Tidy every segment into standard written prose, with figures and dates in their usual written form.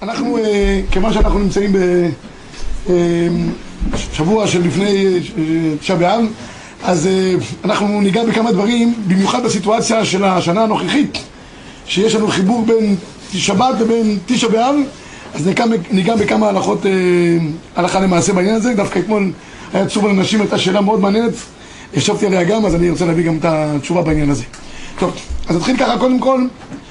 אנחנו, כמה שאנחנו נמצאים בשבוע של לפני תשעה באב, אז אנחנו ניגע בכמה דברים, במיוחד בסיטואציה של השנה הנוכחית, שיש לנו חיבור בין שבת לבין תשעה באב, אז ניגע בכמה הלכות, הלכה למעשה בעניין הזה. דווקא אתמול היה תשובה לנשים, הייתה שאלה מאוד מעניינת, ישבתי עליה גם, אז אני רוצה להביא גם את התשובה בעניין הזה. טוב, אז נתחיל ככה קודם כל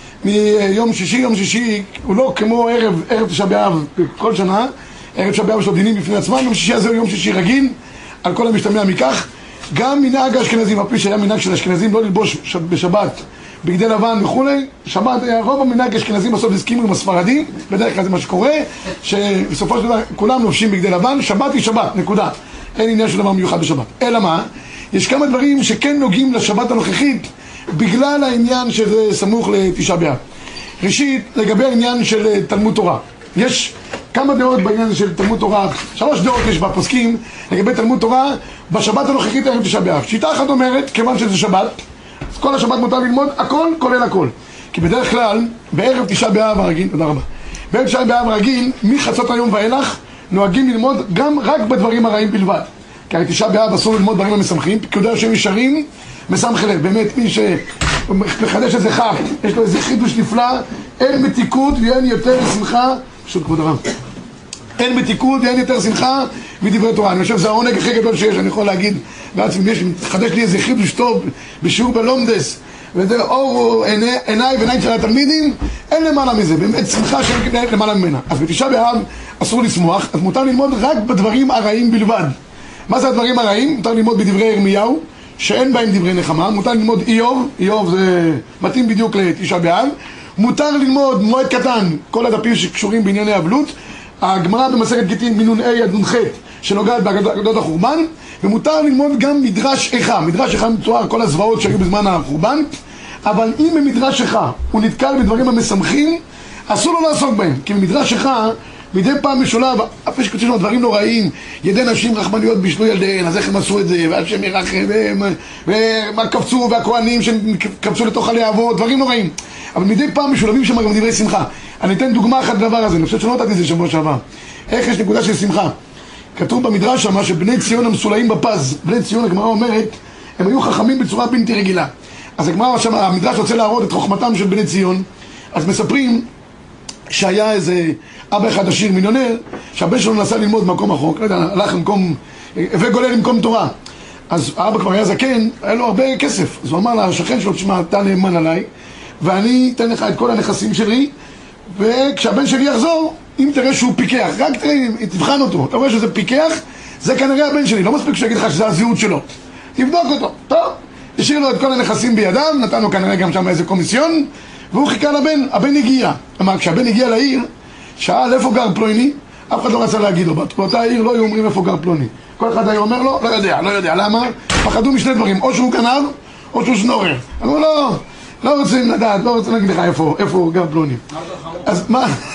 מיום שישי. יום שישי הוא לא כמו ערב תשעה באב כל שנה, ערב תשעה באב יש לו דינים בפני עצמם. יום שישי הזה הוא יום שישי רגיל, על כל המשתמע מכך. גם מנהג האשכנזים, על פי שהיה מנהג של האשכנזים לא ללבוש בשבת בגדי לבן וכולי, שבת, רוב המנהג האשכנזים בסוף הסכימו עם הספרדים, בדרך כלל זה מה שקורה, שבסופו של דבר כולם לובשים בגדי לבן, שבת היא שבת, נקודה. אין עניין של דבר מיוחד בשבת. אלא מה? יש כמה דברים שכן נוגעים לשבת הנוכחית, בגלל העניין שזה סמוך לתשעה באב. ראשית, לגבי העניין של תלמוד תורה. יש כמה דעות בעניין של תלמוד תורה, 3 דעות יש בפוסקים לגבי תלמוד תורה בשבת הנוכחית ערב תשעה באב. שיטה אחת אומרת, כיוון שזה שבת, אז כל השבת מותר ללמוד הכל כולל הכל. כי בדרך כלל, בערב תשעה באב הרגיל, תודה רבה, בערב תשעה באב הרגיל, מחצות היום ואילך, נוהגים ללמוד גם רק בדברים הרעים בלבד. כי תשעה באב אסור ללמוד דברים המשמחים, פקודי שהם ישרים, משמח לב. באמת, מי שמחדש איזה חג, יש לו איזה חידוש נפלא, אין מתיקות ואין יותר שמחה, פשוט כבוד הרב, אין מתיקות ואין יותר שמחה מדברי תורה. אני חושב שזה העונג הכי גדול שיש, אני יכול להגיד בעצמי, יש מחדש לי איזה חידוש טוב בשיעור בלומדס, וזה אור עיניי ועיניים של התלמידים, אין למעלה מזה, באמת שמחה שאין למעלה ממנה. אז בתשעה באב אסור לשמוח, אז מותר ללמוד רק בדברים הרעים בלבד. מה זה הדברים הרעים? מותר ללמוד בדברי ירמיהו, שאין בהם דברי נחמה. מותר ללמוד איוב זה מתאים בדיוק לתשעה באב. מותר ללמוד מועד קטן, כל הדפים שקשורים בענייני אבלות, הגמרא במסכת גיטין מנ"ה עד נ"ח שנוגעת באגדות החורבן. ומותר ללמוד גם מדרש איכה. מדרש איכה מתואר כל הזוועות שהיו בזמן החורבן, אבל אם במדרש איכה הוא נתקל בדברים המשמחים, אסור לו לעסוק בהם, כי במדרש איכה מדי פעם משולב, אף יש קצת דברים נוראים, ידי נשים רחמניות בישלו ילדיהן, אז איך הם עשו את זה, והשם ירחם, ומה קפצו, והכהנים שקפצו לתוך הלהבות, דברים נוראים. אבל מדי פעם משולבים שם גם דברי שמחה. אני אתן דוגמה אחת לדבר הזה, אני חושב שלא נתתי את זה שבוע שעבר. איך יש נקודה של שמחה? כתוב במדרש שם שבני ציון המסולאים בפז, בני ציון, הגמרא אומרת, הם היו חכמים בצורה בלתי רגילה. אז הגמרא שם, המדרש רוצה להראות את חוכמתם של בני ציון, אז מספרים שהיה איזה אבא אחד עשיר מיליונר, שהבן שלו נסע ללמוד במקום רחוק, לא יודע, הלך למקום, וגולל למקום תורה. אז האבא כבר היה זקן, היה לו הרבה כסף, אז הוא אמר לשכן שלו, תשמע, אתה נאמן עליי, ואני אתן לך את כל הנכסים שלי, וכשהבן שלי יחזור, אם תראה שהוא פיקח, רק תראה, תבחן אותו, אתה רואה שזה פיקח, זה כנראה הבן שלי, לא מספיק שיגיד לך שזה הזהות שלו, תבדוק אותו, טוב, השאיר לו את כל הנכסים בידיו, נתן לו כנראה גם שם איזה קומיסיון, והוא חיכה לבן, הבן הגיע. אמר, כשהבן הגיע לעיר, שאל איפה גר פלוני, אף אחד לא רצה להגיד לו, באותה העיר לא היו אומרים איפה גר פלוני. כל אחד היה אומר לו, לא יודע, למה? פחדו משני דברים, או שהוא גנב, או שהוא שנורר. אמרו לו, לא רוצים לדעת, לא רוצים להגיד לך איפה גר פלוני. אז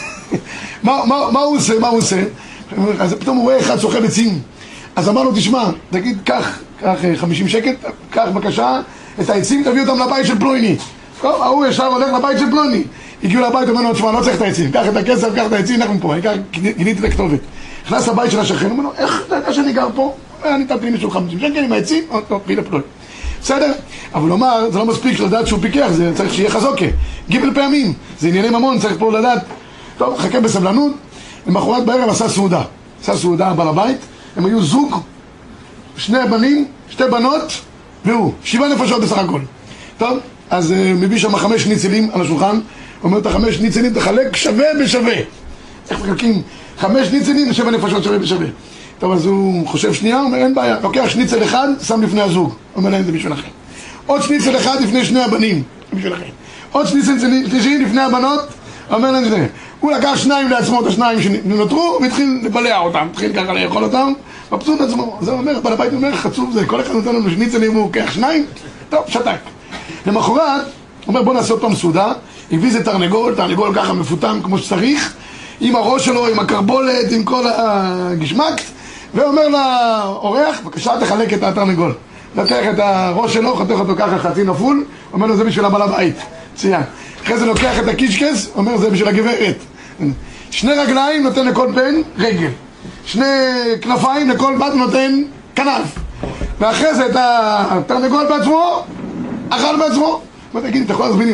מה הוא עושה? אז פתאום הוא רואה אחד סוחב עצים. אז אמר לו, תשמע, תגיד, קח 50 שקל, קח בבקשה את העצים, תביא אותם לבית של פלוני. טוב, הוא ישר הולך לבית של פלוני. הגיעו לבית, אומר לו, תשמע, לא צריך את העצים, קח את הכסף, קח את העצים, אנחנו פה, גיליתי את הכתובת. נכנס לבית של השכן, אומר לו, איך אתה יודע שאני גר פה? אני נתתי לי מישהו 50 שקל עם העצים, טוב, גילה פלוני. בסדר? אבל לומר, זה לא מספיק לדעת שהוא פיקח, זה צריך שיהיה חזוקה. גיבל פעמים, זה ענייני ממון, צריך פה לדעת. טוב, חכה בסבלנות. למחרת בערב עשה סעודה בעל הבית, הם היו זוג, 2 בנים, 2 בנות, והוא, 7 נפשות בסך הכל. טוב, אז מביא שם 5 שניצלים על השולחן, אומר את 5 שניצלים תחלק שווה בשווה. איך מחלקים 5 שניצלים ו7 נפשות שווה בשווה. טוב, אז הוא חושב שנייה, אומר אין בעיה, לוקח שניצל אחד, שם לפני הזוג, אומר להם זה בשבילכם. עוד שניצל אחד לפני 2 הבנים, בשבילכם. עוד שניצל שלישי לפני הבנות, אומר להם זה. הוא לקח 2 לעצמו, את ה2 שנותרו, והתחיל לבלע אותם, התחיל ככה לאכול אותם, מבסוט עצמו. זה אומר, בעל הבית אומר, חצוף זה, כל אחד נותן לנו שניצלים, הוא לוקח 2, טוב, שתק. למחרת, אומר בוא נעשה אותם סעודה, הביא זה תרנגול ככה מפותם כמו שצריך, עם הראש שלו, עם הקרבולת, עם כל הגשמק, ואומר לאורח, בבקשה תחלק את התרנגול. לוקח את הראש שלו, חותך אותו ככה חצי נפול, אומר לו זה בשביל הבעל הבית, ציין. אחרי זה לוקח את הקישקס, אומר זה בשביל הגברת. שני רגליים נותן לכל בן רגל, שני כנפיים לכל בת נותן כנף, ואחרי זה את התרנגול בעצמו אכל בעצמו. תגיד, אתה יכול להסביר לי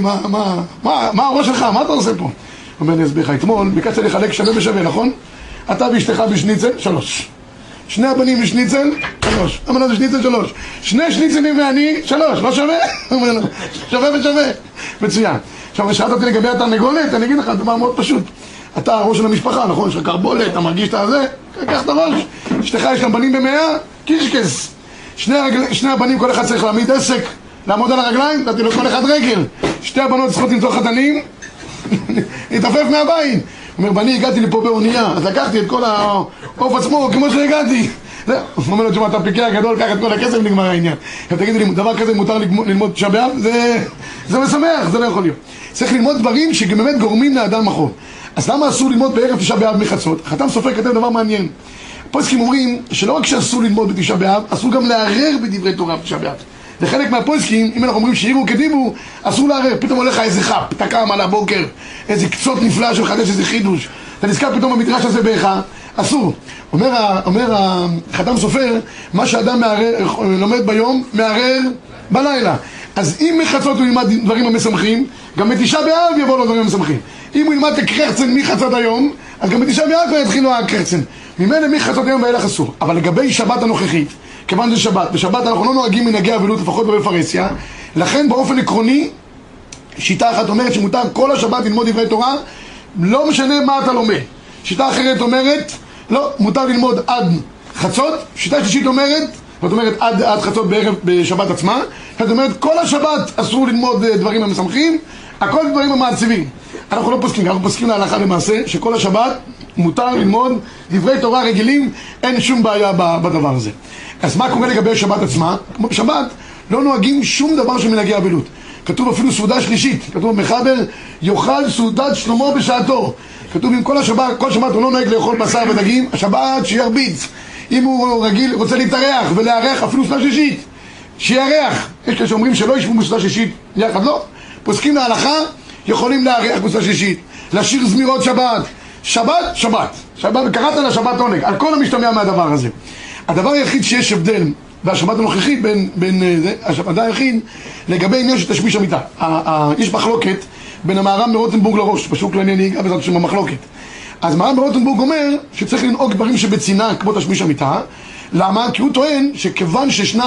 מה הראש שלך, מה אתה עושה פה? הוא אומר, אני אסביר לך, אתמול ביקשת לחלק שווה בשווה, נכון? אתה ואשתך בשניצל, 3. שני הבנים בשניצל, 3. אמרנו זה שניצל 3. שני שניצלים ואני, 3. לא שווה? הוא אומר לו, שווה ושווה. מצוין. עכשיו, שאלת אותי לגבי התרנגולת, אני אגיד לך, דבר מאוד פשוט. אתה הראש של המשפחה, נכון? יש לך קרבולת, אתה מרגיש את הזה, קח את הראש. אשתך יש להם בנים ב100, קישקס. שני הבנים, כל אחד צריך להעמיד עסק, לעמוד על הרגליים, נתתי לו כל אחד רגל. שתי הבנות צריכות למצוא חתנים, להתעפף מהבית. הוא אומר, בני, הגעתי לפה באונייה, אז לקחתי את כל העוף עצמו כמו שהגעתי. הוא אומר לו, תשמע, אתה פיקח גדול, קח את כל הכסף ונגמר העניין. תגידו לי, דבר כזה מותר ללמוד תשעה באב? זה משמח, זה לא יכול להיות. צריך ללמוד דברים שבאמת גורמים לאדם מחול. אז למה אסור ללמוד בערב תשעה באב מחצות? חתם סופר כתב דבר מעניין. הפוסקים אומרים שלא רק שאסור ללמוד בתשעה באב, אסור גם לערער בדברי תורה בתשעה באב. לחלק מהפוסקים, אם אנחנו אומרים שירו כדיבו, אסור לערער. פתאום הולך איזה חפ, אתה קם על הבוקר, איזה קצות נפלא שמחדש איזה חידוש, אתה נזכר פתאום במדרש הזה באיכה, אסור. אומר החתם סופר, מה שאדם לומד ביום, מערער בלילה. אז אם מחצות הוא ילמד דברים המשמחים, גם בתשעה באב יבוא לו דברים המשמחים. אם הוא ילמד את הקרחצן מחצות היום, אז גם בתשעה באב כבר יתחילו הקרחצן. ממילא מחצות היום ואילך אסור. אבל לגבי שבת הנוכחית, כיוון זה שבת, בשבת אנחנו לא נוהגים מנהגי אבלות, לפחות לא בפרהסיה, לכן באופן עקרוני, שיטה אחת אומרת שמותר כל השבת ללמוד דברי תורה, לא משנה מה אתה לומד. שיטה אחרת אומרת, לא, מותר ללמוד עד חצות. שיטה שלישית אומרת, זאת אומרת עד חצות בערב בשבת עצמה. זאת אומרת, כל השבת אסור ללמוד דברים המשמחים, הכל דברים המעציבים. אנחנו לא פוסקים, אנחנו פוסקים להלכה למעשה, שכל השבת מותר ללמוד דברי תורה רגילים, אין שום בעיה בדבר הזה. אז מה קורה לגבי השבת עצמה? כמו בשבת, לא נוהגים שום דבר שמנהגי אבלות. כתוב אפילו סעודה שלישית, כתוב במחבר, יאכל סעודת שלמה בשעתו. כתוב עם כל שבת הוא לא נוהג לאכול בשר ודגים, השבת שירביץ. אם הוא רגיל, רוצה להתארח ולארח אפילו סעודה שלישית, שיארח. יש כאלה שאומרים שלא ישבו בסעודה שלישית יחד, לא. פוסקים להלכה, יכולים לארח בסעודה שלישית, לשיר זמירות שבת. שבת, וקראת לה שבת עונג, על כל המשתמע מהדבר הזה. הדבר היחיד שיש הבדל והשבת הנוכחית בין השבת היחיד לגבי עניין של תשמיש המיטה. יש מחלוקת בין המהר"ם מרוטנבורג לראש, פשוט לעניין נהיגה בעזרת השם המחלוקת. אז מהר"ם מרוטנבורג אומר שצריך לנהוג דברים שבצנעה כמו תשמיש המיטה. למה? כי הוא טוען שכיוון שישנה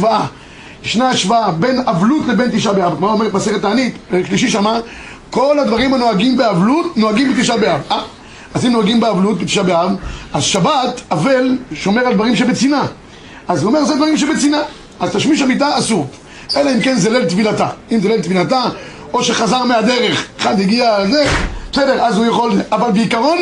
השוואה בין אבלות לבין תשעה באב, כמו אומרת מסכת תענית, פרק שלישי שמה, כל הדברים הנוהגים באבלות נוהגים בתשעה באב. אז אם נוהגים באבלות בתשעה באב, אז שבת, אבל, שומר על דברים שבצנעה. אז הוא אומר, זה דברים שבצנעה. אז תשמיש המיטה אסור. אלא אם כן זה ליל טבילתה. אם זה ליל טבילתה, או שחזר מהדרך, אחד הגיע לזה, בסדר, אז הוא יכול. אבל בעיקרון,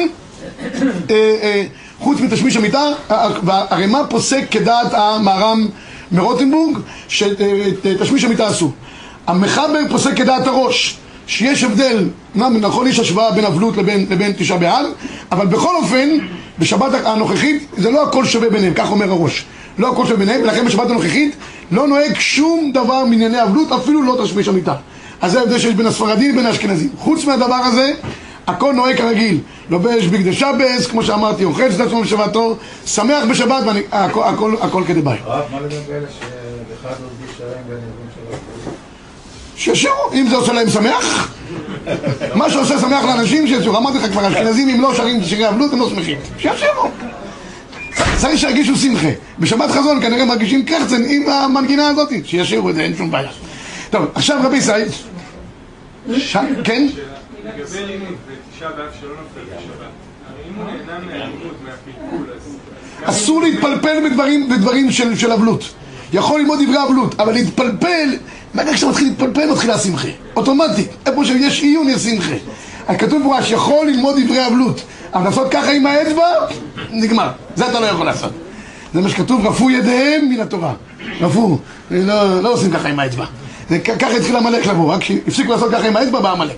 חוץ מתשמיש המיטה, והרמ"א פוסק כדעת המהר"ם מרוטנבורג, שתשמיש המיטה אסור. המחבר פוסק כדעת הראש, שיש הבדל, נכון, יש השוואה בין אבלות לבין תשעה באב, אבל בכל אופן, בשבת הנוכחית, זה לא הכל שווה ביניהם, כך אומר הראש. לא הכל שווה ביניהם, ולכן בשבת הנוכחית לא נוהג שום דבר מענייני אבלות, אפילו לא תשמיש המיטה. אז זה ההבדל שיש בין הספרדים לבין האשכנזים. חוץ מהדבר הזה, הכל נוהג כרגיל. לובש בגדי שבס, כמו שאמרתי, אוכל את עצמו בשבתו, שמח בשבת, הכל כדבעי. רב, מה לגבי אלה שבכלל לא הרגיש שלהם ואני ארגון שלהם? שישירו, אם זה עושה להם שמח, מה שעושה שמח לאנשים שישירו. אמרתי לך כבר, אשכנזים אם לא שרים שירי אבלות הם לא שמחים, שישירו. צריך שירגישו שמחה. בשבת חזון כנראה מרגישים קרחצן עם המנגינה הזאת, שישירו את זה, אין שום בעיה. טוב, עכשיו רבי סעיד, כן? לגבי לימוד בתשעה באב שלא נופל בשבת, הרי אם הוא נהנה מהלימוד, מהפלפול, אז אסור להתפלפל בדברים של אבלות. יכול ללמוד דברי אבלות, אבל להתפלפל, ברגע שאתה מתחיל להתפלפל, מתחילה שמחה. אוטומטית, איפה שיש עיון יש שמחה. כתוב בראש, יכול ללמוד דברי אבלות, אבל לעשות ככה עם האצבע, נגמר. זה אתה לא יכול לעשות. זה מה שכתוב, רפו ידיהם מן התורה. רפו, לא עושים ככה עם האצבע. ככה התחיל המלך לבוא, רק שהפסיקו לעשות ככה עם האצבע, בא המלך.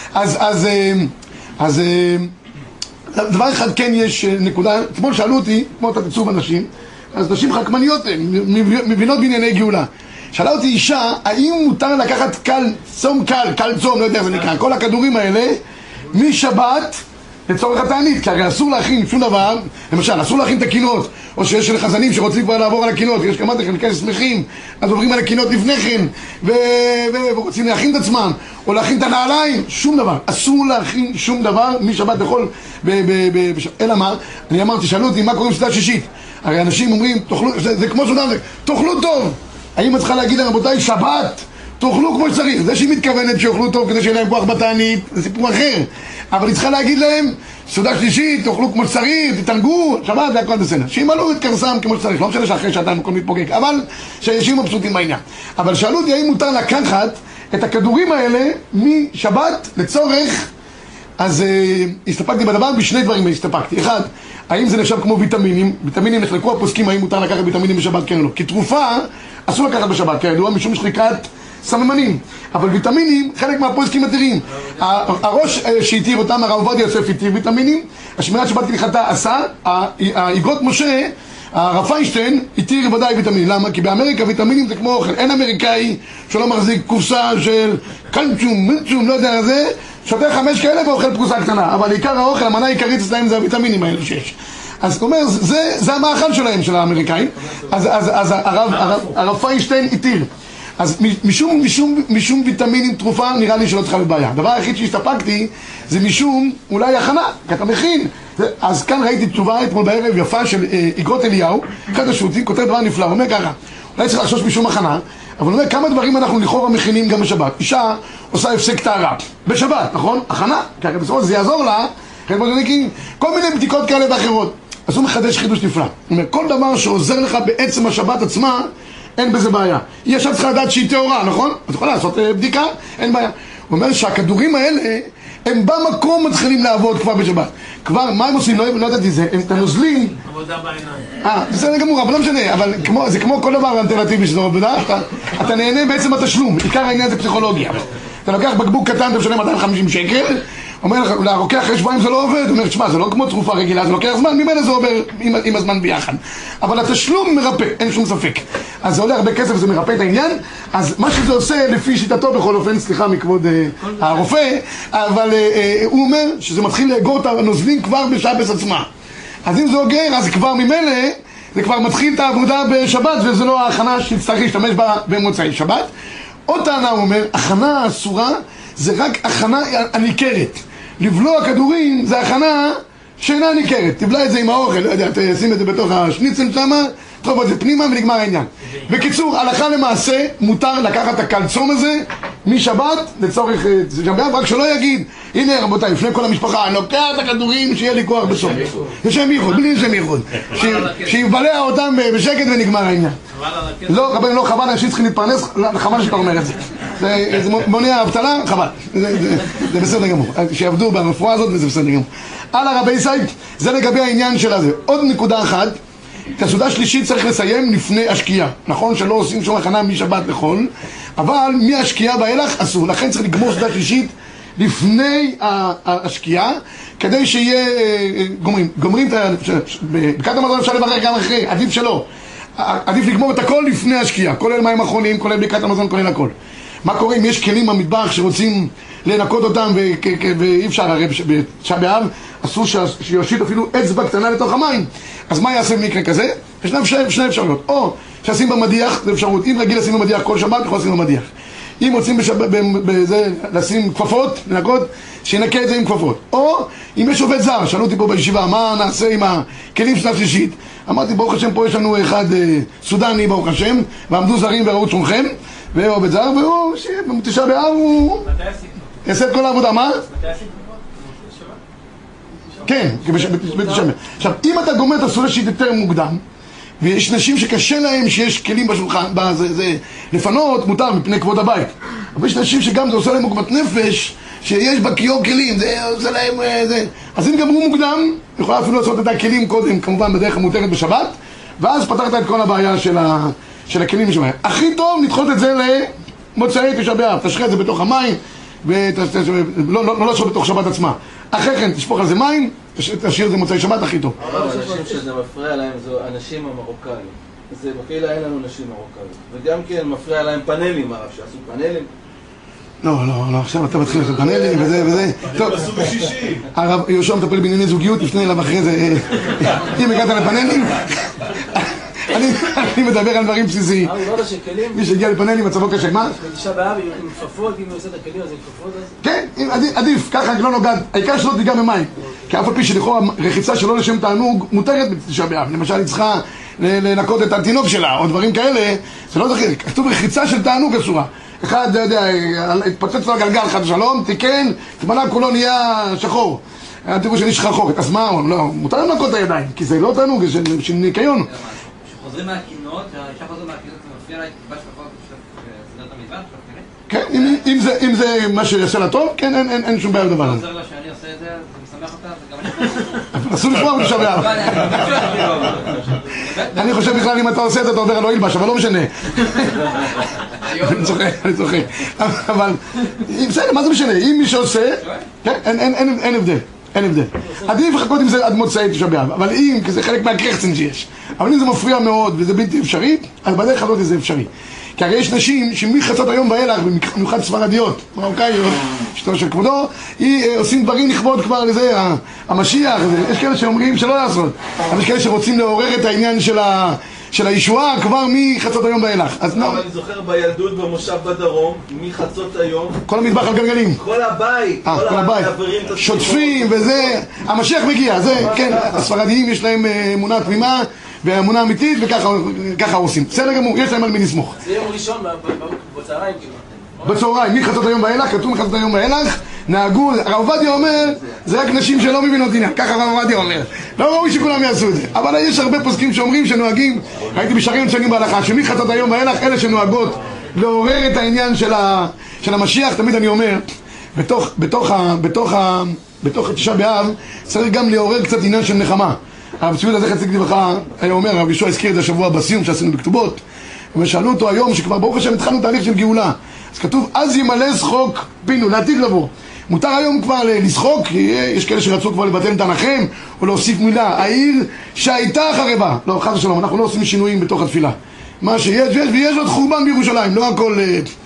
אז דבר אחד כן יש נקודה, אתמול שאלו אותי, כמו אתה תצאו בנשים, אז נשים חכמניות, מבינות בענייני גאולה. שאלה אותי אישה, האם מותר לקחת קל צום, לא יודע איך זה נקרא, כל הכדורים האלה, משבת לצורך התענית, כי הרי אסור להכין שום דבר, למשל, אסור להכין את הקינות, או שיש חזנים שרוצים כבר לעבור על הקינות, יש כמה כאלה שמחים, אז עוברים על הקינות לפני כן, ורוצים להכין את עצמם, או להכין את הנעליים, שום דבר, אסור להכין שום דבר משבת לכל, אלא מה? אני אמרתי, שאלו אותי מה קורה עם סעודה שישית, הרי אנשים אומרים, זה כמו סעודה, תאכלו טוב, האם את צריכה להגיד רבותיי, שבת, תאכלו כמו שצריך, זה שהיא מתכוונת שיאכלו טוב כדי שיהיה להם כוח בתענית, זה סיפור אחר, אבל היא צריכה להגיד להם, סעודה שלישית, תאכלו כמו שצריך, תתענגו, שבת והכל בסדר. שימלאו את קרסם כמו שצריך, לא משנה שאחרי שעתיים הכל מתפוגג, אבל שאנשים מבסוטים בעניין. אבל שאלו אותי האם מותר לקחת את הכדורים האלה משבת לצורך, אז הסתפקתי בדבר, בשני דברים הסתפקתי. אחד, האם זה נחשב כמו ויטמינים, ויטמינים נחלקו הפוסקים, האם מותר לקחת ויטמינים בשבת כן או לא. כי תרופה אסור לקחת בשבת, כידוע, משום שחיקת סממנים, אבל ויטמינים, חלק מהפוסקים מתירים. הראש שהתיר אותם, הרב עובדיה יוסף התיר ויטמינים, השמירת שבת כהלכתה עשה, האגרות משה, הרב פיינשטיין התיר ודאי ויטמינים. למה? כי באמריקה ויטמינים זה כמו אוכל, אין אמריקאי שלא מחזיק קופסה של קלציום, מנצ'ום, לא יודע זה, שותה 5 כאלה ואוכל פרוסה קטנה, אבל עיקר האוכל, המנה העיקרית אצלהם זה הוויטמינים האלה שיש. אז הוא אומר, זה המאכל שלהם, של האמריקאים. אז הרב פיינשטיין התיר. אז משום ויטמינים תרופה נראה לי שלא צריכה לבעיה. הדבר היחיד שהסתפקתי זה משום אולי הכנה, כי אתה מכין. אז כאן ראיתי תשובה אתמול בערב יפה של אגרות אליהו, אחד השו"תים, כותב דבר נפלא, הוא אומר ככה, אולי צריך לחשוש משום הכנה, אבל הוא אומר כמה דברים אנחנו לכאורה מכינים גם בשבת. אישה עושה הפסק טהרה בשבת, נכון? הכנה, כי הרי בסופו זה יעזור לה, כל מיני בדיקות כאלה ואחרות. אז הוא מחדש חידוש נפלא. הוא אומר, כל דבר שעוזר לך בעצם השבת עצמה, אין בזה בעיה. היא עכשיו צריכה לדעת שהיא טהורה, נכון? את יכולה לעשות בדיקה, אין בעיה. הוא אומר שהכדורים האלה, הם במקום מתחילים לעבוד כבר בשבת. כבר, מה הם עושים? לא ידעתי זה, הם נוזלים. עבודה בעיניים. בסדר גמור, אבל לא משנה, אבל זה כמו כל דבר אלטרנטיבי שזו עבודה, אתה נהנה בעצם בתשלום, עיקר העניין זה פסיכולוגיה. אתה לוקח בקבוק קטן, אתה משלם 250 שקל, אומר לך, לרוקח אחרי שבועיים זה לא עובד, הוא אומר, תשמע, זה לא כמו תרופה רגילה, זה לוקח זמן, ממילא זה עובר עם הזמן ביחד. אבל התשלום מרפא, אין שום ספק. אז זה עולה הרבה כסף, זה מרפא את העניין, אז מה שזה עושה, לפי שיטתו בכל אופן, סליחה מכבוד הרופא, אבל הוא אומר שזה מתחיל לאגור את הנוזלים כבר בשבת עצמה. אז אם זה אוגר, אז כבר ממילא, זה כבר מתחיל את העבודה בשבת, וזה לא ההכנה שצריך להשתמש בה במוצאי שבת. עוד טענה הוא אומר, הכנה אסורה זה רק הכנה הניכרת. לבלוע כדורים זה הכנה שאינה ניכרת. תבלע את זה עם האוכל, לא יודע, תשים את זה בתוך השניצל שמה, תחוב את זה פנימה ונגמר העניין. בקיצור, הלכה למעשה מותר לקחת את הקלצום הזה משבת לצורך שבת, רק שלא יגיד, הנה רבותיי, לפני כל המשפחה, אני לוקח את הכדורים שיהיה לי כוח בסוף. לשם ייחוד, בלי לשם ייחוד. שיבלע אותם בשקט ונגמר העניין. לא, רבנו, לא, חבל, אנשים צריכים להתפרנס, חבל שאתה אומר את זה. זה מונע אבטלה, חבל. זה בסדר גמור. שיעבדו ברפואה הזאת וזה בסדר גמור. הלאה רבי סייד, זה לגבי העניין של הזה. עוד נקודה אחת, את הסעודה השלישית צריך לסיים לפני השקיעה. נכון שלא עושים שום הכנה משבת לחול, אבל מהשקיעה ואילך אסור. לכן צריך לגמור סעודה שלישית לפני השקיעה, כדי שיהיה גומרים את ברכת המזון אפשר לברך גם אחרי, עדיף שלא. עדיף לגמור את הכל לפני השקיעה, כולל מים אחרונים, כולל ברכת המזון, כולל הכל. מה קורה אם יש כלים במטבח שרוצים לנקות אותם ואי אפשר, הרי בתשעה באב אסור שיושיט אפילו אצבע קטנה לתוך המים, אז מה יעשה במקרה כזה? ישנם שני אפשרויות, או שישים במדיח, זה אפשרות, אם רגיל לשים במדיח כל שבת, יכול לשים במדיח. אם רוצים לשים כפפות, לנקות, שינקה את זה עם כפפות. או אם יש עובד זר, שאלו אותי פה בישיבה, מה נעשה עם הכלים של השלישית? אמרתי, ברוך השם, פה יש לנו אחד סודני, ברוך השם, ועמדו זרים וראו צומכם, ועובד זר, והוא, בתשעה באב הוא יעשה את כל העבודה. מה? כן, בתשעה באב. עכשיו, אם אתה גומר את הסעודה שלישית יותר מוקדם, ויש נשים שקשה להם שיש כלים בשולחן, זה לפנות מותר מפני כבוד הבית, אבל יש נשים שגם זה עושה להם עוגמת נפש, שיש בכיור כלים, זה עושה להם זה. אז אם גמרו מוקדם, יכולה אפילו לעשות את הכלים קודם, כמובן בדרך המותרת בשבת, ואז פתרת את כל הבעיה של הכלים משמיים. הכי טוב לדחות את זה למוצאי תשעה באב, תשחרר את זה בתוך המים, לא לעשות בתוך שבת עצמה. אחרי כן תשפוך על זה מים, תשאיר את זה מוצאי שבת הכי טוב. אנשים שזה מפריע להם זה אנשים המרוקאים. זה בקהילה אין לנו נשים מרוקאיות. וגם כן מפריע להם פאנלים, הרב, שעשו פאנלים. לא, עכשיו אתה מתחיל לעשות פאנלים וזה. טוב, הרב יהושע מטפל בענייני זוגיות, תפנה אליו אחרי זה. אם הגעת לפאנלים, אני מדבר על דברים בסיסיים. מי שהגיע לפאנלים, מצבו קשה, מה? בתשעה באב, עם כפפות, אם הוא עושה את הכלים, אז עם כפפות אז... כן, עדיף, ככה לא נוגד, העיקר שלא תיגע במים. כי אף על פי שלכאורה רחיצה שלא לשם תענוג מותרת בתשעה באב. למשל, היא צריכה לנקות את התינוק שלה, או דברים כאלה, זה לא זכיר. כתוב רחיצה של תענוג אסורה. אחד, התפוצץ לו הגלגל, חד ושלום, תיקן, תמלא כולו נהיה שחור. תראו שאני שחרחור, את הזמן, לא, מותר לנקות את הידיים, כי זה לא תענוג, זה של ניקיון. כשחוזרים מהקינות, האישה חוזרת מהקינות, זה מופיע לה, תקבע שפחות בסדר המטבח, כן, אם זה מה שיעשה לה טוב, כן, אין שום בעיה בדבר הזה. זה עוזר לה שאני עושה את זה, זה משמח אותה, זה גם אני... אסור לפרוע בתשעה באב. אני חושב בכלל אם אתה עושה את זה אתה עובר על אוהל בש, אבל לא משנה. אני צוחק. אבל בסדר, מה זה משנה? אם מי שעושה, אין הבדל. עדיף לחכות עם זה עד מוצאי תשעה באב, אבל אם, כי זה חלק מהקרחצן שיש, אבל אם זה מפריע מאוד וזה בלתי אפשרי, אז בדרך הזאת זה אפשרי. כי הרי יש נשים שמחצות היום ואילך, במיוחד ספרדיות, מרוקאיות, אשתו של כבודו, עושים דברים לכבוד כבר לזה, המשיח, יש כאלה שאומרים שלא לעשות, אבל יש כאלה שרוצים לעורר את העניין של הישועה כבר מחצות היום ואילך. אבל אני זוכר בילדות במושב בדרום, מחצות היום, כל המטבח על גלגלים. כל הבית, כל הבית, שוטפים וזה, המשיח מגיע, זה, כן, הספרדיים יש להם אמונה תמימה, ואמונה אמיתית, וככה עושים. בסדר גמור, יש להם על מי לסמוך. זה יום ראשון בצהריים כאילו. בצהריים, מחצות היום ואילך, כתוב מחצות היום ואילך, נהגו, הרב עובדיה אומר, זה רק נשים שלא מבינות עניין, ככה הרב עובדיה אומר. לא ראוי שכולם יעשו את זה. אבל יש הרבה פוסקים שאומרים שנוהגים, ראיתי בשערים מציינים בהלכה, שמחצות היום ואילך, אלה שנוהגות לעורר את העניין של המשיח, תמיד אני אומר, בתוך תשעה באב, צריך גם לעורר קצת עניין של נחמה. הרב צבי זכר צדיק לברכה היה אומר, הרב יהושע הזכיר את השבוע בסיום שעשינו בכתובות, ושאלו אותו היום שכבר ברוך השם התחלנו תהליך של גאולה, אז כתוב אז ימלא שחוק פינו, לעתיד לבוא. מותר היום כבר לשחוק, יש כאלה שרצו כבר לבטל את הנחם או להוסיף מילה, העיר שהייתה חרבה. לא, חס ושלום, אנחנו לא עושים שינויים בתוך התפילה, מה שיש ויש עוד חורבן בירושלים, לא הכל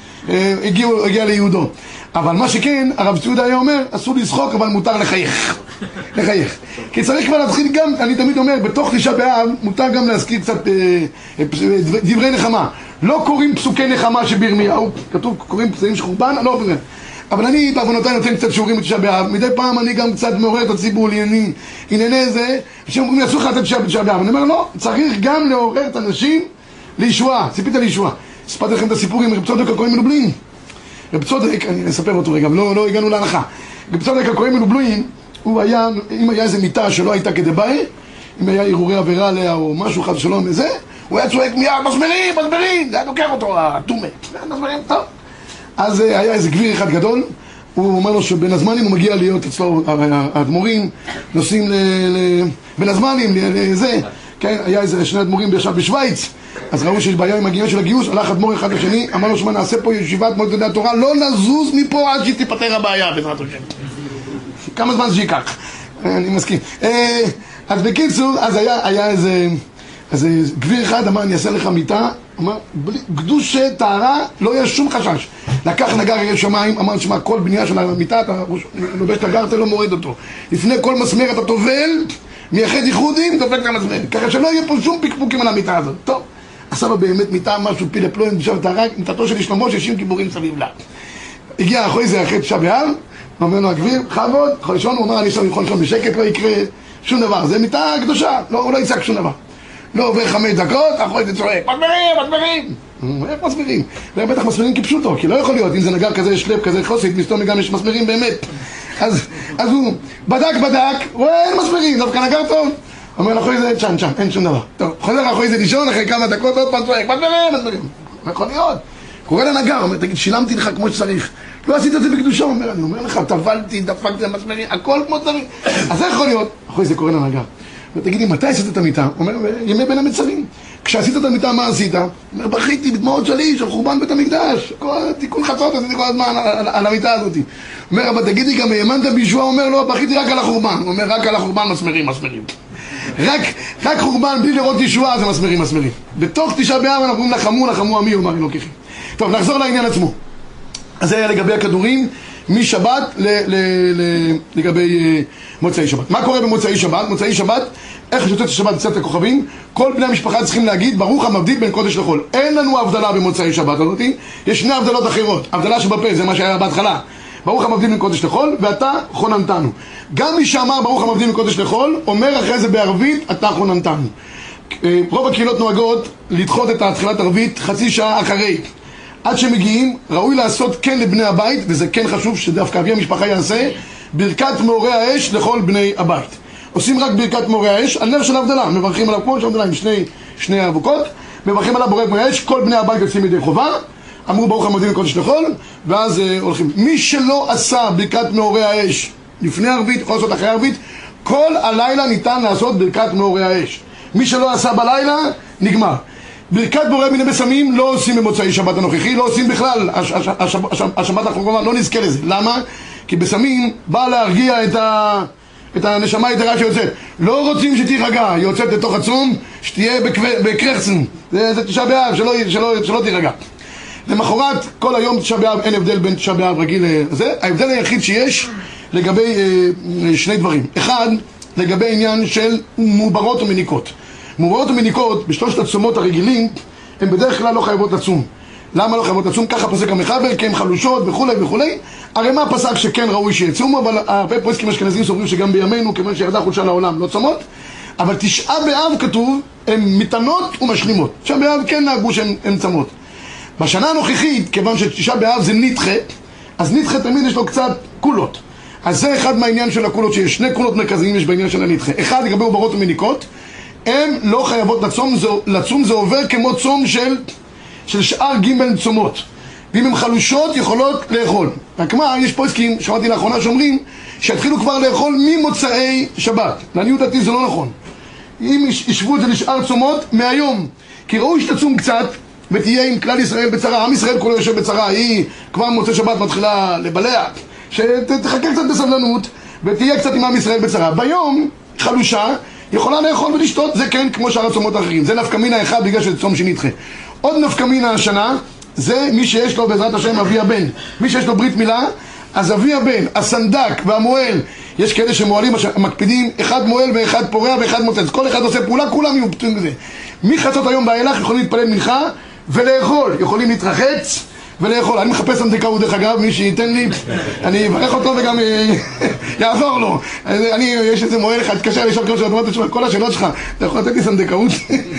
הגיע ליהודו. אבל מה שכן, הרב צבי היה אומר, אסור לשחוק אבל מותר לחייך. כי צריך כבר להתחיל גם, אני תמיד אומר, בתוך תשעה באב מותר גם להזכיר קצת דברי נחמה. לא קוראים פסוקי נחמה שבירמיהו, כתוב קוראים פסוקים של חורבן, לא פסוקים. אבל אני בעוונותיי נותן קצת שיעורים בתשעה באב, מדי פעם אני גם קצת מעורר את הציבור לענייני זה, שאומרים לי אסור לך לתת תשעה באב. אני אומר לא, צריך גם לעורר את האנשים לישועה, ציפית לישועה. אספרתי לכם את הסיפור עם רב צודק הכהן מלובלין. רב צודק, אני אספר אותו רגע, לא הגענו להנחה. רב צודק הכהן מלובלין, הוא היה, אם היה איזה מיטה שלא הייתה כדבעי, אם היה ערעורי עבירה עליה או משהו חס ושלום וזה, הוא היה צועק מיד, מסמרים, זה היה דוקר אותו, התומה, מסמרים, טוב. אז היה איזה גביר אחד גדול, הוא אומר לו שבין הזמנים הוא מגיע להיות אצלו, האדמו"רים נוסעים בין הזמנים לזה, כן, היה איזה שני אדמו"רים עכשיו בשוויץ, אז ראו שיש בעיה עם הגיון של הגיוס, הלך אדמו"ר אחד לשני, אמר לו שמה נעשה פה ישיבת מועצת גדולי התורה, לא נזוז מפה עד שתיפטר הבעיה בעזרת השם. כמה זמן זה ייקח, אני מסכים. אז בקיצור, אז היה איזה גביר אחד, אמר אני אעשה לך מיטה, אמר קדוש טהרה, לא יהיה שום חשש. לקח נגר ירא שמיים, אמר שמה כל בנייה של המיטה, אתה לובש את הגר, אתה לא מורד אותו. לפני כל מסמר אתה טובל, מייחד ייחודים, דופק את המסמר. ככה שלא יהיה פה שום פיקפוקים על המיטה הזאת. טוב, עשה לו באמת מיטה, משהו פילה פלואים, בשביל טהרה, מיטתו של שלמה 60 גיבורים סביב לה. הגיע אחרי זה אחרי תשעה באב, אומר לו הגביר, בכבוד, יכול לישון, הוא אמר אני יכול לישון בשקט, לא יקרה שום דבר, זה מיטה קדושה, הוא לא יצעק שום דבר. לא עובר 5 דקות, אחרי זה צועק, מסמרים! איך מסמרים? בטח מסמרים כפשוטו, כי לא יכול להיות, אם זה נגר כזה שלב, כזה חוסית, מסתום גם יש מסמרים באמת. אז הוא בדק, רואה אין מסמרים, דווקא נגר טוב. אומר אחרי זה, שם, אין שום דבר. טוב, חוזר אחרי זה לישון, אחרי כמה דקות, עוד פעם צועק, מסמרים. לא יכול להיות. קורא לנגר, אומר, תגיד, שילמתי לך כמו שצריך. לא עשית את זה בקדושה, אומר, אני אומר לך, טבלתי, דפקתי המסמרים, הכל כמו שצריך. אז איך יכול להיות? אחרי זה קורא לנגר. ותגידי, מתי עשית את המיטה? אומר, ימי בין המצרים. כשעשית את המיטה, מה עשית? אומר, בכיתי בדמעות שלי, של חורבן בית המקדש. כל תיקון חצות, עשיתי כל הזמן על המיטה הזאת. אומר, אבל תגידי, גם האמנת בישועה? אומר, לא, בכיתי רק על החורבן. אומר, רק על החורבן מסמרים. רק חורבן, בלי לראות ישועה, זה מסמרים. בתוך תשעה באב אנחנו אומרים, לחמו עמי, אומר אלוקיכם. טוב, נחזור לעניין עצמו. אז זה היה לגבי הכדורים משבת לגבי מוצאי שבת. מה קורה במוצאי שבת? מוצאי שבת, איך שיוצאת השבת בצאת הכוכבים, כל בני המשפחה צריכים להגיד ברוך המבדיל בין קודש לחול. אין לנו הבדלה במוצאי שבת, אותי? יש שני הבדלות אחרות. הבדלה שבפה, זה מה שהיה בהתחלה. ברוך המבדיל בין קודש לחול, ואתה חוננתנו. גם מי שאמר ברוך המבדיל בין קודש לחול, אומר אחרי זה בערבית, אתה חוננתנו. רוב הקהילות נוהגות לדחות את התחילת ערבית חצי שעה אחרי. עד שמגיעים, ראוי לעשות כן לבני הבית, וזה כן חשוב שדווקא אבי המשפחה יעשה, ברכת מאורי האש לכל בני הבית. עושים רק ברכת מאורי האש, על נר של הבדלה, מברכים עליו כמו שהבדלה עם שני אבוקות, מברכים עליו בורק מאורי האש, כל בני הבית יוצאים ידי חובה, אמרו ברוך המבדיל בין קודש לחול, ואז הולכים. מי שלא עשה ברכת מאורי האש לפני ערבית, יכול לעשות אחרי ערבית, כל הלילה ניתן לעשות ברכת מאורי האש. מי שלא עשה בלילה, נגמר. ברכת בורא מיני בשמים לא עושים במוצאי שבת הנוכחי, לא עושים בכלל, השבת האחרונה לא נזכה לזה. למה? כי בשמים בא להרגיע את הנשמה היתרה שיוצאת. לא רוצים שתירגע, היא יוצאת לתוך הצום, שתהיה בקרחצן, זה תשעה באב, שלא תירגע. למחרת, כל היום תשעה באב, אין הבדל בין תשעה באב רגיל לזה. ההבדל היחיד שיש לגבי שני דברים. אחד, לגבי עניין של מעוברות ומניקות. מעוברות ומניקות בשלושת הצומות הרגילים הן בדרך כלל לא חייבות לצום. למה לא חייבות לצום? ככה פוסק המחבר, כי הן חלושות וכולי וכולי. הרי מה פסק שכן ראוי שיצומו, אבל הרבה פוסקים אשכנזים סוברים שגם בימינו, כיוון שירדה חודשה לעולם, לא צומות. אבל תשעה באב כתוב, הן מתנות ומשלימות. תשעה באב כן נהגו שהן צמות. בשנה הנוכחית, כיוון שתשעה באב זה נדחה, אז נדחה תמיד יש לו קצת קולות. אז זה אחד מהעניין של הקולות, שיש שני קולות מרכזיים יש בעניין של הנדחה. אחד לגבי עוברות ומניקות, הן לא חייבות לצום, זה עובר כמו צום של שאר ג' צומות. ואם הן חלושות יכולות לאכול. רק מה, יש פה עסקים, שמעתי לאחרונה שאומרים שהתחילו כבר לאכול ממוצאי שבת. לעניות דעתי זה לא נכון. אם ישבו את זה לשאר צומות מהיום, כי ראוי שתצום קצת ותהיה עם כלל ישראל בצרה. עם ישראל כולו יושב בצרה, היא כבר מוצאי שבת מתחילה לבלע, שתחכה קצת בסבלנות ותהיה קצת עם עם ישראל בצרה. ביום חלושה יכולה לאכול ולשתות, זה כן כמו שאר הצומות האחרים. זה נפקא מינה אחד בגלל שזה צום שנדחה. עוד נפקא מינה השנה, זה מי שיש לו בעזרת השם אבי הבן. מי שיש לו ברית מילה, אז אבי הבן, הסנדק והמועל, יש כאלה שמועלים מקפידים, אחד מועל ואחד פורע ואחד מוצץ. כל אחד עושה פעולה, כולם יהיו פתאים בזה. מחצות היום באילך יכולים להתפלל מנחה ולאכול, יכולים להתרחץ ולאכול. אני מחפש סנדקאות דרך אגב, מי שייתן לי, אני אברך אותו וגם יעזור לו. יש איזה מועל אחד, תקשר לשאול כמו שאתה אומרת, תשמע, כל השאלות שלך, אתה יכול לתת לי סנדקאות?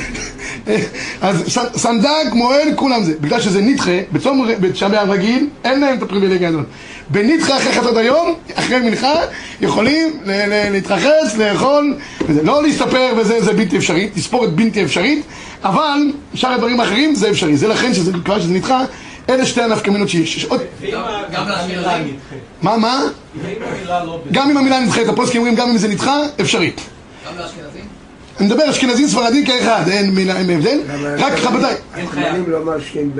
אז סנדק, מועל, כולם זה. בגלל שזה נדחה, בתשעה באב רגיל, אין להם את הפריבילגיה הזאת. בנדחה אחרי חצות היום, אחרי מנחה, יכולים להתרחץ, לאכול, לא להסתפר וזה, זה בלתי אפשרי, תספורת בלתי אפשרית, אבל שאר הדברים האחרים זה אפשרי. זה לכן כבר שזה נדחה, אלה שתי הנפקמינות שיש. גם המילה נדחה. מה? גם אם המילה נדחה, את הפוסקים אומרים גם אם זה נדחה, אפשרי. גם לאשכנזים? אני מדבר אשכנזים ספרדים כאחד, אין הבדל. רק חבטאי. התימנים לא מרשים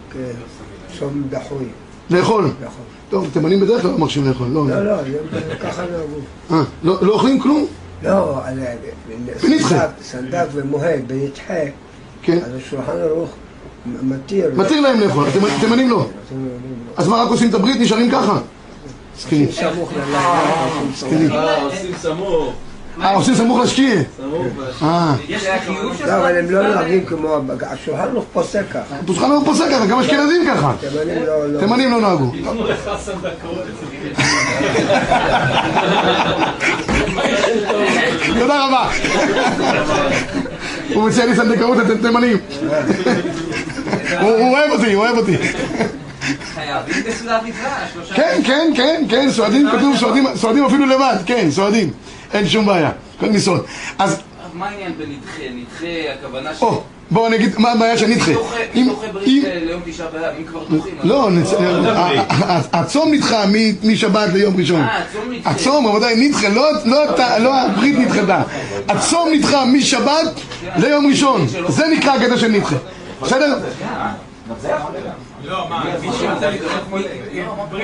בצום דחוי. לאכול. טוב, תימנים בדרך כלל לא מרשים לאכול. לא, ככה נהגו. לא אוכלים כלום? לא, סנדק ומוהד בנדחה, אז השולחן ערוך מתיר להם לאכול, תימנים לא. אז מה, רק עושים את הברית, נשארים ככה? עושים סמוך ללילה. עושים סמוך. עושים סמוך לשקיע. לא, אבל הם לא נוהגים כמו השולחן ערוך פוסק ככה. השולחן ערוך פוסק ככה, גם אשכנזים ככה. תימנים לא נהגו. תודה רבה. הוא מציע לי סנדקאות, אתם תימנים. הוא אוהב אותי. חייבים בסעודת נדחה, כן, סועדים, כתוב סועדים אפילו לבד, כן, סועדים. אין שום בעיה, כל מסעוד. אז מה העניין בנדחה? נדחה, הכוונה ש... בואו אני אגיד מה הבעיה של נדחה. דוחה ברית ליום תשעה באב, אם כבר דוחים. לא, הצום נדחה משבת ליום ראשון. הצום, רבותיי, נדחה, לא הברית נדחתה. הצום נדחה משבת ליום ראשון. זה נקרא הקטע של נדחה. בסדר?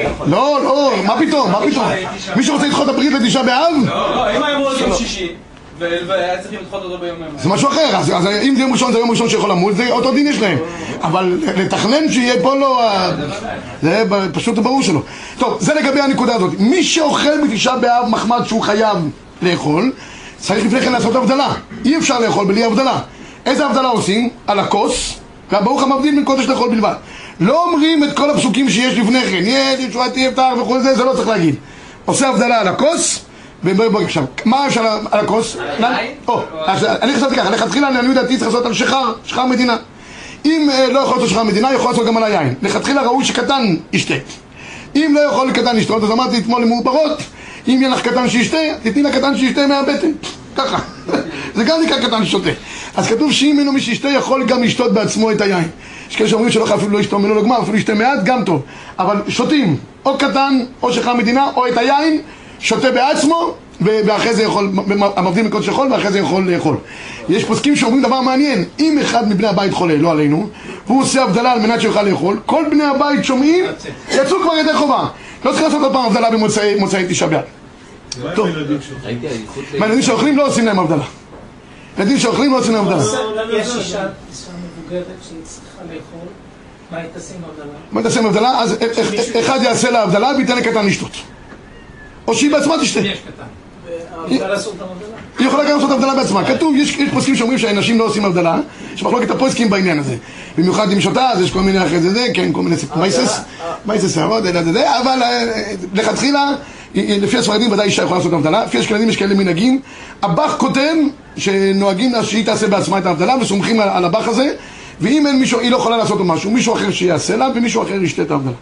לא, מה פתאום? מי שרוצה לדחות את הברית לתשעה באב? לא, אם היום רוצים שישי והיה צריכים לדחות אותו ביום יום. זה משהו אחר, אז אם זה יום ראשון, זה יום ראשון שיכול למות, זה אותו דין יש להם. אבל לתכנן שיהיה פה לא... זה פשוט ברור שלא. טוב, זה לגבי הנקודה הזאת. מי שאוכל בתשעה באב מחמד שהוא חייב לאכול, צריך לפני כן לעשות הבדלה. אי אפשר לאכול בלי הבדלה. איזה הבדלה עושים? על הכוס, והברוך המבדיל בין קודש לאכול בלבד. לא אומרים את כל הפסוקים שיש לפני כן, ישועתי יפתח וכל זה, זה לא צריך להגיד. עושה הבדלה על הכוס, עכשיו, מה אפשר על הכוס? אני חשבתי ככה, לכתחילה אני דעתי צריך לעשות על שחר מדינה. אם לא יכול לעשות שחר מדינה, יכול לעשות גם על היין. לכתחילה ראוי שקטן ישתה. אם לא יכול קטן לשתות, אז אמרתי אתמול למאופרות, אם יהיה לך קטן שישתה, תתני לקטן שישתה מהבטן. ככה. זה גם נקרא קטן ששותה. אז כתוב שאם אינו מי שישתה, יכול גם לשתות בעצמו את היין. יש כאלה שאומרים שלא אפילו לא ישתום ולא לגמר, אפילו ישתה מעט, גם טוב. אבל שותים, או קטן, או שחר מדינה, או את היין, שותה בעצמו, ואחרי זה יכול, המבדיל מקודש יכול, ואחרי זה יכול לאכול. יש פוסקים שאומרים דבר מעניין, אם אחד מבני הבית חולה, לא עלינו, והוא עושה הבדלה על מנת שיוכל לאכול, כל בני הבית שומעים, יצאו כבר ידי חובה. לא צריך לעשות עוד פעם הבדלה במוצאי תשעה באב. טוב. מהילדים שאוכלים לא עושים להם הבדלה. ילדים שאוכלים לא עושים להם הבדלה. יש אישה מבוגרת שהיא צריכה לאכול, מה היא תשים הבדלה? מה היא תשים הבדלה? אז אחד יעשה לה הבדלה וייתן לקטן לשתות. או שהיא בעצמה תשתה. יש קטן. והבדלה לעשות את הבדלה? היא יכולה גם לעשות הבדלה בעצמה. כתוב, יש פוסקים שאומרים שהאנשים לא עושים הבדלה, יש מחלוקת הפוסקים בעניין הזה. במיוחד עם שותה, אז יש כל מיני אחרי זה, כן, כל מיני מייסס שערות, אבל לכתחילה, לפי הספרדים ודאי אישה יכולה לעשות הבדלה, לפי אשכנזים יש כאלה מנהגים. הבח כותב שנוהגים שהיא תעשה בעצמה את ההבדלה וסומכים על הבח הזה, ואם אין מישהו, היא לא יכולה לעשות משהו, מישהו אחר שיעשה לה ומישהו אחר ישתה את ההבדלה.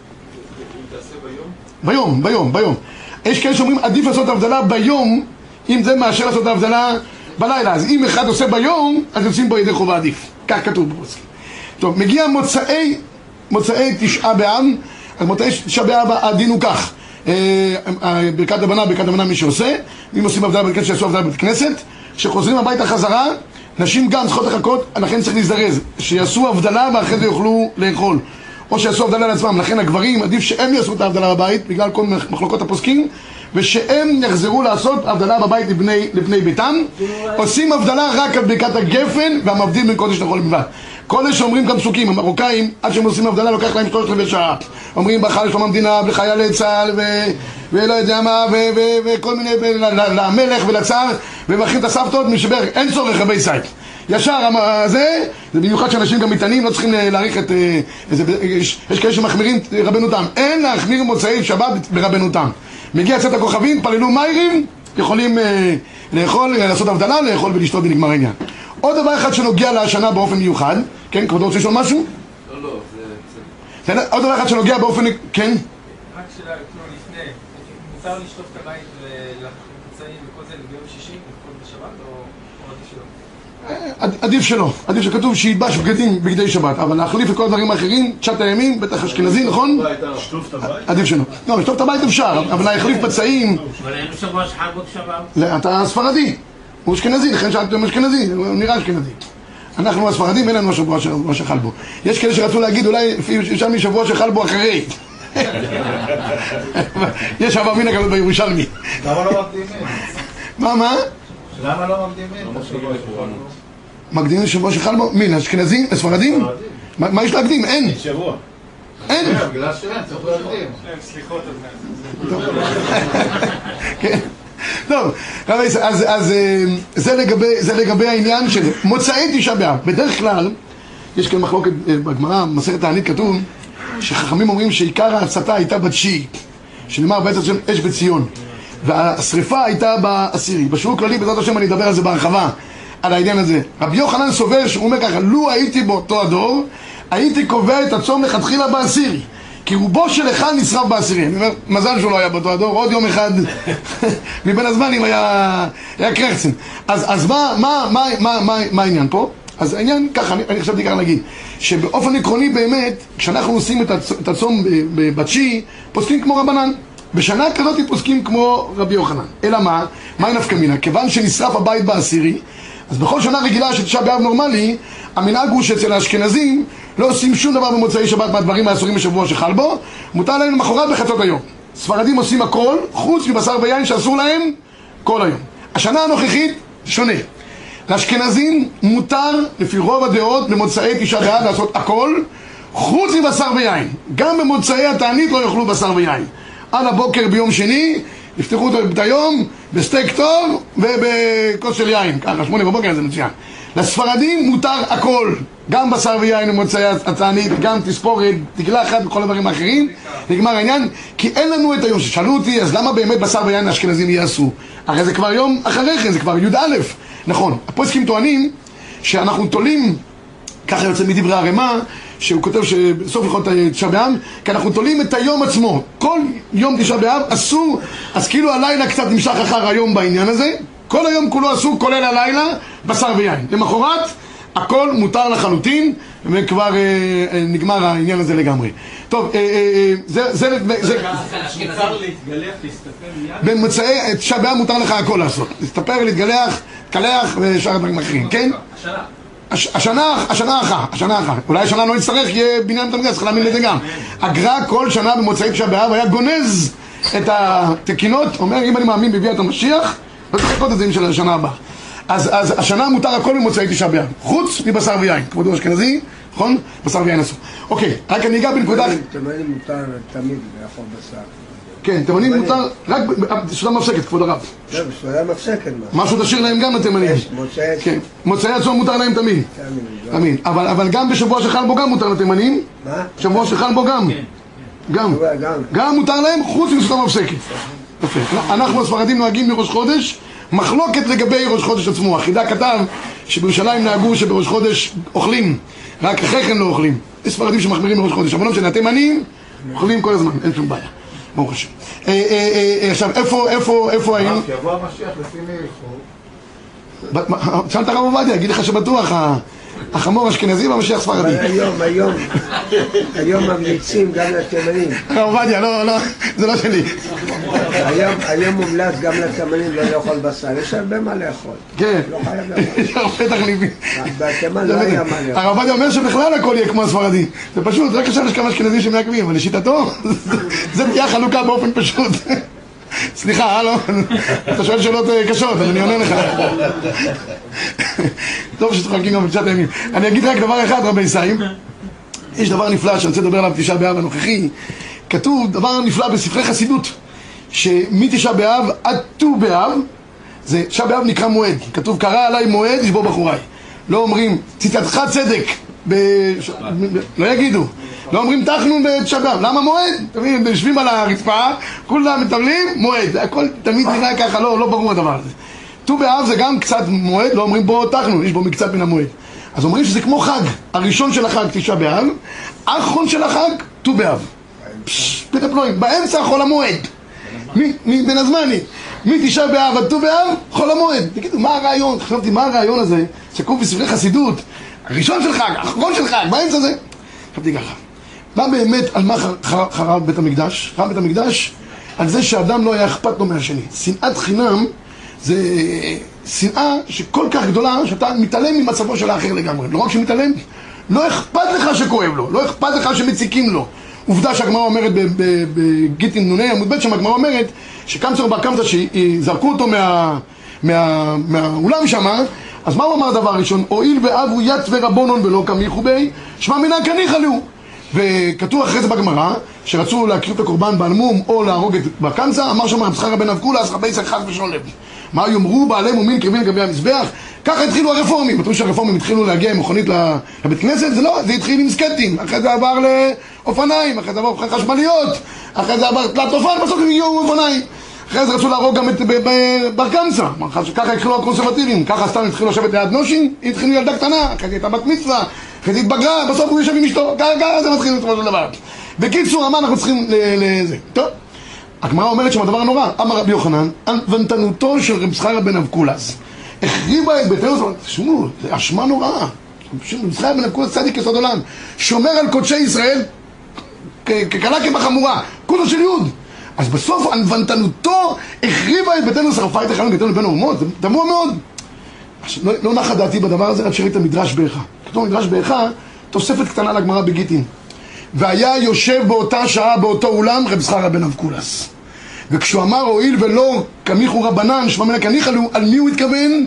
ביום. יש כאלה שאומרים עדיף לעשות הבדלה ביום, אם זה מאשר לעשות הבדלה בלילה. אז אם אחד עושה ביום, אז יוצאים בו ידי חובה עדיף. כך כתוב בפוסקים. טוב, מגיע מוצאי תשעה באב. אז מוצאי תשעה באב הדין הוא כך. ברכת הבנה מי שעושה, אם עושים הבדלה בבית כנסת, שיעשו הבדלה בבית כנסת. כשחוזרים הביתה חזרה, נשים גם צריכות לחכות, לכן צריך להזדרז, שיעשו הבדלה ואחרי זה יוכלו לאכול. או שיעשו הבדלה לעצמם, לכן הגברים עדיף שהם יעשו את ההבדלה בבית, בגלל כל מחלוקות הפוסקים, ושהם יחזרו לעשות הבדלה בבית לפני ביתם. עושים הבדלה רק על ברכת הגפן והמבדיל בין קודש לאכול בלבד. כל אלה שאומרים גם פסוקים, המרוקאים, עד שהם עושים הבדלה לוקח להם 3 שעה. אומרים ברכה לשלום המדינה, לחיילי צה"ל ולא יודע מה, וכל מיני, למלך ולצה"ל, ומאחרים את הסבתות משבר, אין צורך רבי סייט. ישר זה במיוחד שאנשים גם מתענים, לא צריכים להעריך את... יש כאלה שמחמירים רבנותם. אין להחמיר מוצאי שבת ברבנותם. מגיע צאת הכוכבים, פללו מיירים, יכולים לאכול, לעשות הבדלה, לאכול ולשתות ונגמר העניין. עוד דבר אחד שנוגע לשנה באופן מיוחד, כן, כבודו רוצה לשאול משהו? לא, זה... עוד דבר אחד שנוגע באופן... כן? רק שאלה, לפני, מותר לשטוף את הבית ולחצאים וכל זה ביום שישי, וכל בשבת, או עדיף שלא. עדיף שכתוב שיתבש בגדי שבת, אבל להחליף את כל הדברים האחרים, 9 ימים, בטח אשכנזי, נכון? לשטוף את הבית? עדיף שלא. לא, לשטוף את הבית אפשר, אבל להחליף פצעים... אבל אין שבוע שחל בו בשבת? אתה ספרדי, הוא אשכנזי, לכן שאלתם אשכנזי, הוא נראה אשכנזי. אנחנו הספרדים, אין לנו השבוע שחל בו. יש כאלה שרצו להגיד, אולי אפשר משבוע שחל בו אחרי. יש אבא מינה כזאת בירושלמי. למה לא מקדימים? מה? למה לא מקדימים? מקדימים שבוע שחל בו? מין, אשכנזים? ספרדים? מה יש להקדים? אין. שבוע. אין. בגלל שאין, צריך להקדים. סליחות על זה. כן. טוב, אז זה לגבי העניין של מוצאי תשעה באב. בדרך כלל, יש כאן מחלוקת בגמרא, במסכת תענית כתוב, שחכמים אומרים שעיקר ההצתה הייתה בתשיעי, שנאמר בעצם אש בציון, והשריפה הייתה בעשירי. בשיעור כללי, בעזרת השם אני אדבר על זה בהרחבה, על העניין הזה. רבי יוחנן סובר שהוא אומר ככה, לו הייתי באותו הדור, הייתי קובע את הצום לכתחילה בעשירי. כי רובו של אחד נשרף בעשירי. אני אומר, מזל שהוא לא היה באותו הדור, עוד יום אחד מבין הזמנים היה קרחצן. אז מה העניין פה? אז העניין ככה, אני חשבתי ככה להגיד, שבאופן עקרוני באמת, כשאנחנו עושים את הצום בתשיעי, פוסקים כמו רבנן. בשנה כזאת פוסקים כמו רבי יוחנן. אלא מה? מה נפקא מינה? כיוון שנשרף הבית בעשירי, אז בכל שנה רגילה של תשעה באב נורמלי, המנהג הוא שאצל האשכנזים לא עושים שום דבר במוצאי שבת מהדברים האסורים בשבוע שחל בו, מותר להם למחרת בחצות היום. ספרדים עושים הכל, חוץ מבשר ויין שאסור להם כל היום. השנה הנוכחית שונה. לאשכנזים מותר, לפי רוב הדעות, במוצאי תשעה באב לעשות הכל, חוץ מבשר ויין. גם במוצאי התענית לא יאכלו בשר ויין. על הבוקר ביום שני, יפתחו את היום בסטייק טוב ובכוס של יין. ככה, 8 בבוקר זה מצוין. לספרדים מותר הכל, גם בשר ויין במוצאי התענית, גם תספורת, תגלחת וכל הדברים האחרים. נגמר העניין, כי אין לנו את היום. ששאלו אותי, אז למה באמת בשר ויין לאשכנזים יעשו? הרי זה כבר יום אחרי כן, זה כבר י"א. נכון, הפוסקים טוענים שאנחנו תולים, ככה יוצא מדברי הרמ"א, שהוא כותב שבסוף הלכות תשעה באב, כי אנחנו תולים את היום עצמו. כל יום תשעה באב אסור, אז כאילו הלילה קצת נמשך אחר היום בעניין הזה, כל היום כולו אסור, כולל הלילה, בשר ויין. למחרת, הכל מותר לחלוטין, וכבר נגמר העניין הזה לגמרי. טוב, זה... מותר להתגלח, להסתפר מיד? במוצאי תשעה באב מותר לך הכל לעשות. להסתפר, להתגלח, להתקלח ושאר הדברים אחרים, כן? השנה אחת. אולי השנה לא נצטרך, יהיה בניין בית המקדש, צריך להאמין לזה גם. הגר"א כל שנה במוצאי תשעה באב היה גונז את התקינות, אומר אם אני מאמין בביאת המשיח, לא צריך לקרות את זה של השנה הבאה. אז השנה מותר הכל במוצאי תשעה באב, חוץ מבשר ויין, כבודו אשכנזי, נכון? בשר ויין אסור. אוקיי, רק אני אגע בנקודה... תימנים מותר תמיד לאכול בשר. כן, תימנים מותר, רק סעודה מפסקת, כבוד הרב. לא, סעודה מפסקת מה? משהו תשאיר להם גם לתימנים. כן, מוצאי הצום מותר להם תמיד. תמיד. אבל גם בשבוע שחל בו גם מותר לתימנים. מה? שבוע שחל בו גם. גם מותר להם, חוץ מסעודה מפסקת. יפה. אנחנו הספרדים נוהגים מראש חודש, מחלוקת לגבי ראש חודש עצמו. החידה כתב שבירושלים נהגו שבראש חודש אוכלים, רק אחרי כן לא אוכלים. יש ספרדים שמחמירים מראש חודש, אבל לא משנה, התימנים אוכלים כל הזמן, אין שום בעיה. ברוך השם. עכשיו, איפה היינו? כי יבוא המשיח לפי מי ילכו? שאלת הרב עובדיה, אגיד לך שבטוח החמור אשכנזי והמשיח ספרדי. היום ממליצים גם לתימנים. הרב עובדיה, לא, זה לא שלי. היום מומלץ גם לתימנים לא לאכול בשר, יש הרבה מה לאכול. כן, לא חייב לאכול. יש הרבה תחליפים. בתימן לא היה מה לאכול. הרב עובדיה אומר שבכלל הכל יהיה כמו הספרדי. זה פשוט, רק עכשיו יש כמה אשכנזים שמעכבים, אבל לשיטתו, זה תהיה חלוקה באופן פשוט. סליחה, הלו, אתה שואל שאלות קשות, אז אני עונה לך. טוב שצוחקים גם בקצת הימים. אני אגיד רק דבר אחד, רבי סיים. יש דבר נפלא שאני רוצה לדבר עליו תשעה באב הנוכחי. כתוב דבר נפלא בספרי חסידות, שמתשעה באב עד ט"ו באב, זה תשעה באב נקרא מועד. כתוב קרא עליי מועד, ישבור בחוריי. לא אומרים ציטתך צדק, לא יגידו. לא אומרים תחנון בתשעה באב, למה מועד? תמיד יושבים על הרצפה, כולם מטבלים, מועד. הכל תמיד נראה ככה, לא ברור הדבר הזה. ט"ו באב זה גם קצת מועד, לא אומרים בו תחנון, יש בו מקצת מן המועד. אז אומרים שזה כמו חג, הראשון של החג תשעה באב, האחרון של החג ט"ו באב. פתפלואים, באמצע חול המועד. בין הזמני. מתשעה באב עד ט"ו באב, חול המועד. תגידו, מה הרעיון? חשבתי, מה הרעיון הזה? שקוף בספרי חסידות, הראשון של חג, האחרון של חג, באמצע זה. חשבתי ככה. מה באמת, על מה חרב בית המקדש? חרב בית המקדש על זה שאדם לא היה אכפת לו מהשני. שנאת חינם זה שנאה שכל כך גדולה שאתה מתעלם ממצבו של האחר לגמרי. לא רק שמתעלם, לא אכפת לך שכואב לו, לא אכפת לך שמציקים לו. עובדה שהגמרא אומרת בגיטין נוני עמוד ב', שהגמרא אומרת שקמצא בר קמצא שזרקו אותו מהאולם שמה, אז מה הוא אמר דבר ראשון? הואיל ואבו ית ורבונון ולא קמיחו בי, שמע מינא קניחא לו. וכתוב אחרי זה בגמרא, שרצו להקריב את הקורבן בעלמום או להרוג את בר קמצא, אמר שם רב זכריה בן אבקולס רבי יצחק חס ושלום. מה יאמרו בעלי מומין קרבים לגבי המזבח? ככה התחילו הרפורמים. בטוח שהרפורמים התחילו להגיע עם מכונית לבית כנסת, זה לא, זה התחיל עם סקטים, אחרי זה עבר לאופניים, אחרי זה עבר חשמליות, אחרי זה עבר תלת אופן, בסוף הם הגיעו עם אופניים. אחרי זה רצו להרוג גם את בר קמצא, ככה התחילו הקונסרבטיבים, ככה סתם התחילו לשבת ליד נושין, התחילו ילדה קטנה, אחרי זה הייתה בת מצווה, אחרי זה התבגרה, בסוף הוא יושב עם אשתו, ככה זה מתחיל לתמוד לדבר. בקיצור, מה אנחנו צריכים לזה? טוב, הגמרא אומרת שם הדבר הנורא, אמר רבי יוחנן, ענוותנותו של רב זכריה בן אבקולס, החריבה את ביתנו, תשמעו, זה אשמה נוראה, רב זכריה בן אבקולס צדיק יסוד עולם, שומר על קודשי ישראל, כקלה כבחמורה, קודש של יהוד. אז בסוף ענוותנותו החריבה את ביתנו, שרפה את החלום ביתנו לבין האומות, זה תמוה מאוד. לא נחה דעתי בדבר הזה עד שראית מדרש באיכה. כתוב מדרש באיכה, תוספת קטנה לגמרא בגיטין. והיה יושב באותה שעה באותו אולם רב זכריה בן אבקולס. וכשהוא אמר הואיל ולא קמיחו רבנן שמע מינא קניחא לו, על מי הוא התכוון?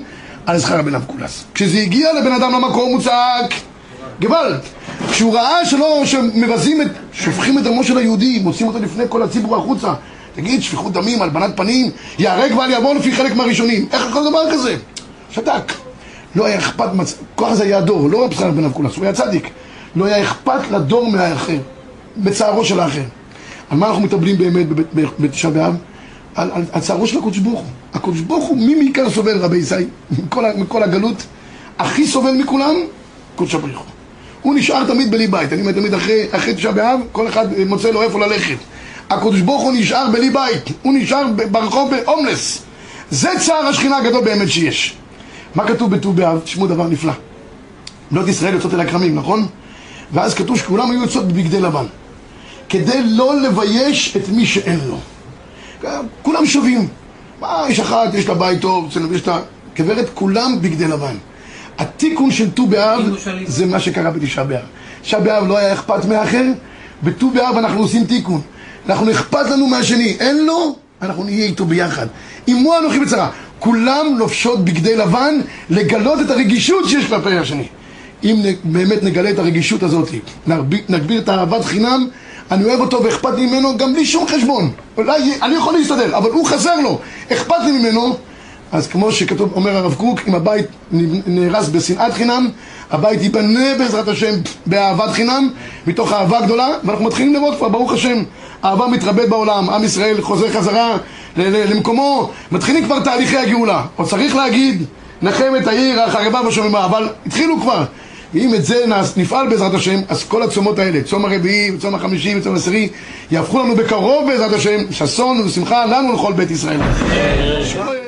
על זכר הבן אבקולס. כשזה הגיע לבן אדם למקום הוא צעק גוואלד. כשהוא ראה שמבזים שופכים את דמו של היהודי, מוצאים אותו לפני כל הציבור החוצה, תגיד, שפיכות דמים, הלבנת פנים, יהרג ואל יעבור לפי חלק מהראשונים. איך כל דבר כזה? שתק. לא היה אכפת, כוח הזה היה הדור, לא זכר הבן אבקולס, הוא היה צדיק. לא היה אכפת לדור מהאחר, בצערו של האחר. על מה אנחנו מטבלים באמת בתשעה באב? על צערו של הקדוש ברוך הוא. הקדוש ברוך הוא, מי מעיקר סובל רבי ישי? מכל הגלות, הכי סובל מכולם, קדוש ברוך הוא. הוא נשאר תמיד בלי בית. אני אומר תמיד אחרי תשעה באב, כל אחד מוצא לו איפה ללכת. הקדוש ברוך הוא נשאר בלי בית. הוא נשאר ברחוב בהומלס. זה צער השכינה הגדול באמת שיש. מה כתוב בט"ו באב? תשמעו דבר נפלא. בנות ישראל יוצאות אל הכרמים, נכון? ואז כתוב שכולם היו יוצאות בבגדי לבן. כדי לא לבייש את מי שאין לו. כולם שווים. יש אחת, יש לה בית טוב, יש לה כברת, כולם בגדי לבן. התיקון של ט"ו באב זה מה שקרה בתשעה באב. תשעה באב לא היה אכפת מאחר, בט"ו באב אנחנו עושים תיקון. אנחנו אכפת לנו מהשני, אין לו, אנחנו נהיה איתו ביחד. עמו אנוכי בצרה. כולם לובשות בגדי לבן לגלות את הרגישות שיש כלפי השני. אם באמת נגלה את הרגישות הזאת, נגביר את האהבת חינם, אני אוהב אותו ואכפת לי ממנו גם בלי שום חשבון. אולי אני יכול להסתדר, אבל הוא חסר לו, אכפת לי ממנו. אז כמו שכתוב, אומר הרב קוק, אם הבית נהרס בשנאת חינם, הבית ייבנה בעזרת השם באהבת חינם, מתוך אהבה גדולה, ואנחנו מתחילים לראות כבר, ברוך השם, אהבה מתרבית בעולם, עם ישראל חוזר חזרה למקומו, מתחילים כבר תהליכי הגאולה. עוד צריך להגיד, נחם את העיר החרבה ושוממה, אבל התחילו כבר. ואם את זה נפעל בעזרת השם, אז כל הצומות האלה, צום הרביעי, צום החמישי וצום העשירי, יהפכו לנו בקרוב בעזרת השם, ששון ושמחה לנו לכל בית ישראל.